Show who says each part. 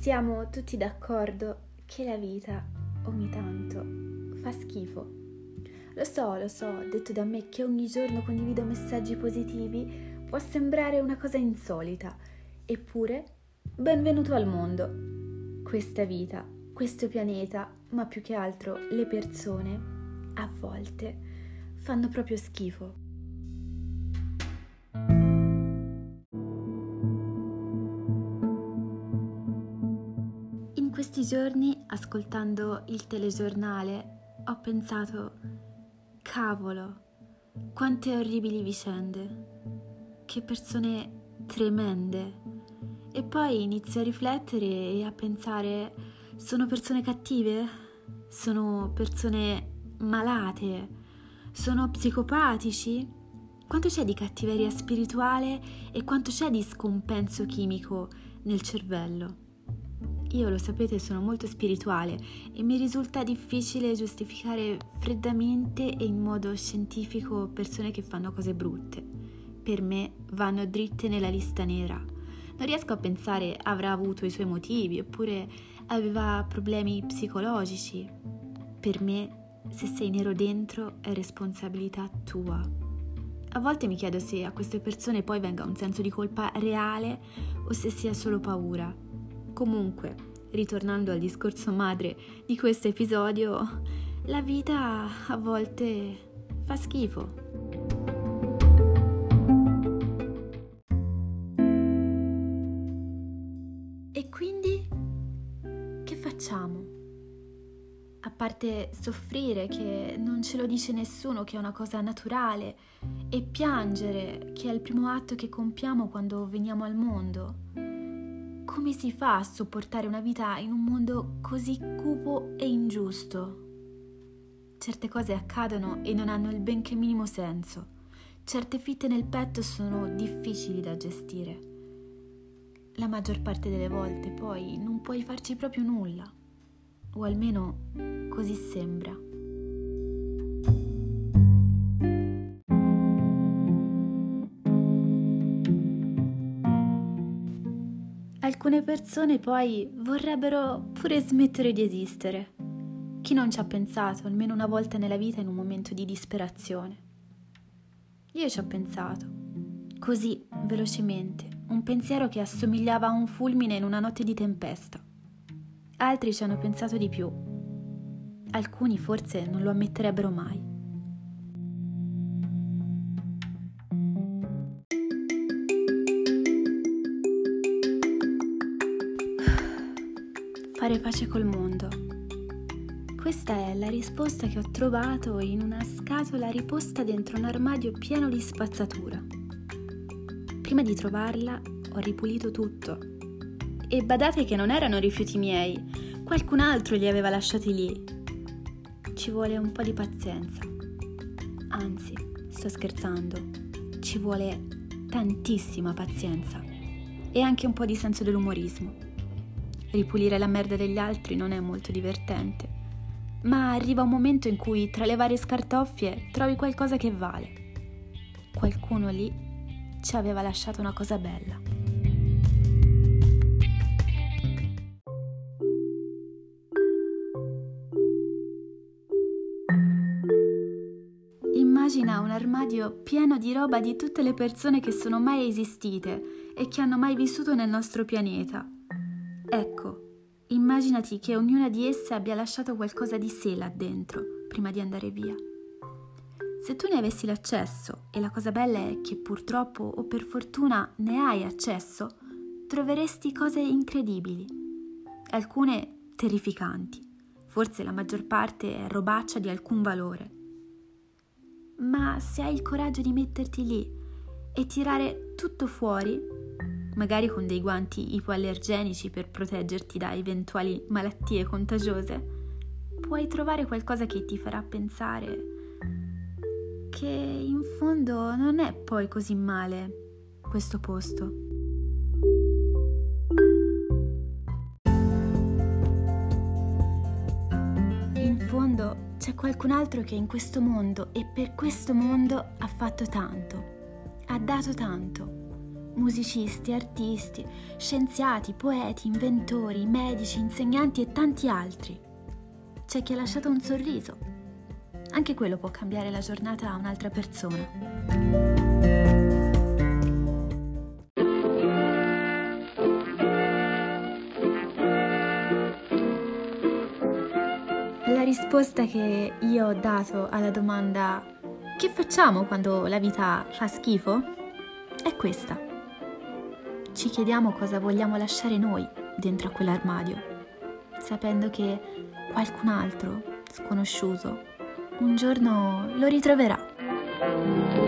Speaker 1: Siamo tutti d'accordo che la vita ogni tanto fa schifo. Lo so, detto da me che ogni giorno condivido messaggi positivi, può sembrare una cosa insolita, eppure benvenuto al mondo. Questa vita, questo pianeta, ma più che altro le persone, a volte fanno proprio schifo. In questi giorni, ascoltando il telegiornale, ho pensato, cavolo, quante orribili vicende, che persone tremende. E poi inizio a riflettere e a pensare, sono persone cattive? Sono persone malate? Sono psicopatici? Quanto c'è di cattiveria spirituale e quanto c'è di scompenso chimico nel cervello? Io, lo sapete, sono molto spirituale e mi risulta difficile giustificare freddamente e in modo scientifico persone che fanno cose brutte. Per me vanno dritte nella lista nera. Non riesco a pensare avrà avuto i suoi motivi oppure aveva problemi psicologici. Per me, se sei nero dentro, è responsabilità tua. A volte mi chiedo se a queste persone poi venga un senso di colpa reale o se sia solo paura. Comunque, ritornando al discorso madre di questo episodio, la vita a volte fa schifo. E quindi che facciamo? A parte soffrire, che non ce lo dice nessuno, che è una cosa naturale, e piangere, che è il primo atto che compiamo quando veniamo al mondo. Come si fa a sopportare una vita in un mondo così cupo e ingiusto? Certe cose accadono e non hanno il benché minimo senso. Certe fitte nel petto sono difficili da gestire. La maggior parte delle volte poi non puoi farci proprio nulla, o almeno così sembra. Alcune persone poi vorrebbero pure smettere di esistere. Chi non ci ha pensato almeno una volta nella vita in un momento di disperazione? Io ci ho pensato, così, velocemente, un pensiero che assomigliava a un fulmine in una notte di tempesta. Altri ci hanno pensato di più. Alcuni forse non lo ammetterebbero mai. Fare pace col mondo. Questa è la risposta che ho trovato in una scatola riposta dentro un armadio pieno di spazzatura. Prima di trovarla ho ripulito tutto. E badate che non erano rifiuti miei, qualcun altro li aveva lasciati lì. Ci vuole un po' di pazienza. Anzi, sto scherzando, ci vuole tantissima pazienza e anche un po' di senso dell'umorismo. Ripulire la merda degli altri non è molto divertente, ma arriva un momento in cui tra le varie scartoffie trovi qualcosa che vale. Qualcuno lì ci aveva lasciato una cosa bella. Immagina un armadio pieno di roba di tutte le persone che sono mai esistite e che hanno mai vissuto nel nostro pianeta. Ecco, immaginati che ognuna di esse abbia lasciato qualcosa di sé là dentro prima di andare via. Se tu ne avessi l'accesso, e la cosa bella è che purtroppo o per fortuna ne hai accesso, troveresti cose incredibili, alcune terrificanti, forse la maggior parte è robaccia di alcun valore. Ma se hai il coraggio di metterti lì e tirare tutto fuori, magari con dei guanti ipoallergenici per proteggerti da eventuali malattie contagiose, puoi trovare qualcosa che ti farà pensare che in fondo non è poi così male questo posto. In fondo c'è qualcun altro che in questo mondo e per questo mondo ha fatto tanto, ha dato tanto. musicisti, artisti, scienziati, poeti, inventori, medici, insegnanti e tanti altri. C'è chi ha lasciato un sorriso. Anche quello può cambiare la giornata a un'altra persona. La risposta che io ho dato alla domanda "che facciamo quando la vita fa schifo?" è questa. Ci chiediamo cosa vogliamo lasciare noi dentro a quell'armadio, sapendo che qualcun altro, sconosciuto, un giorno lo ritroverà.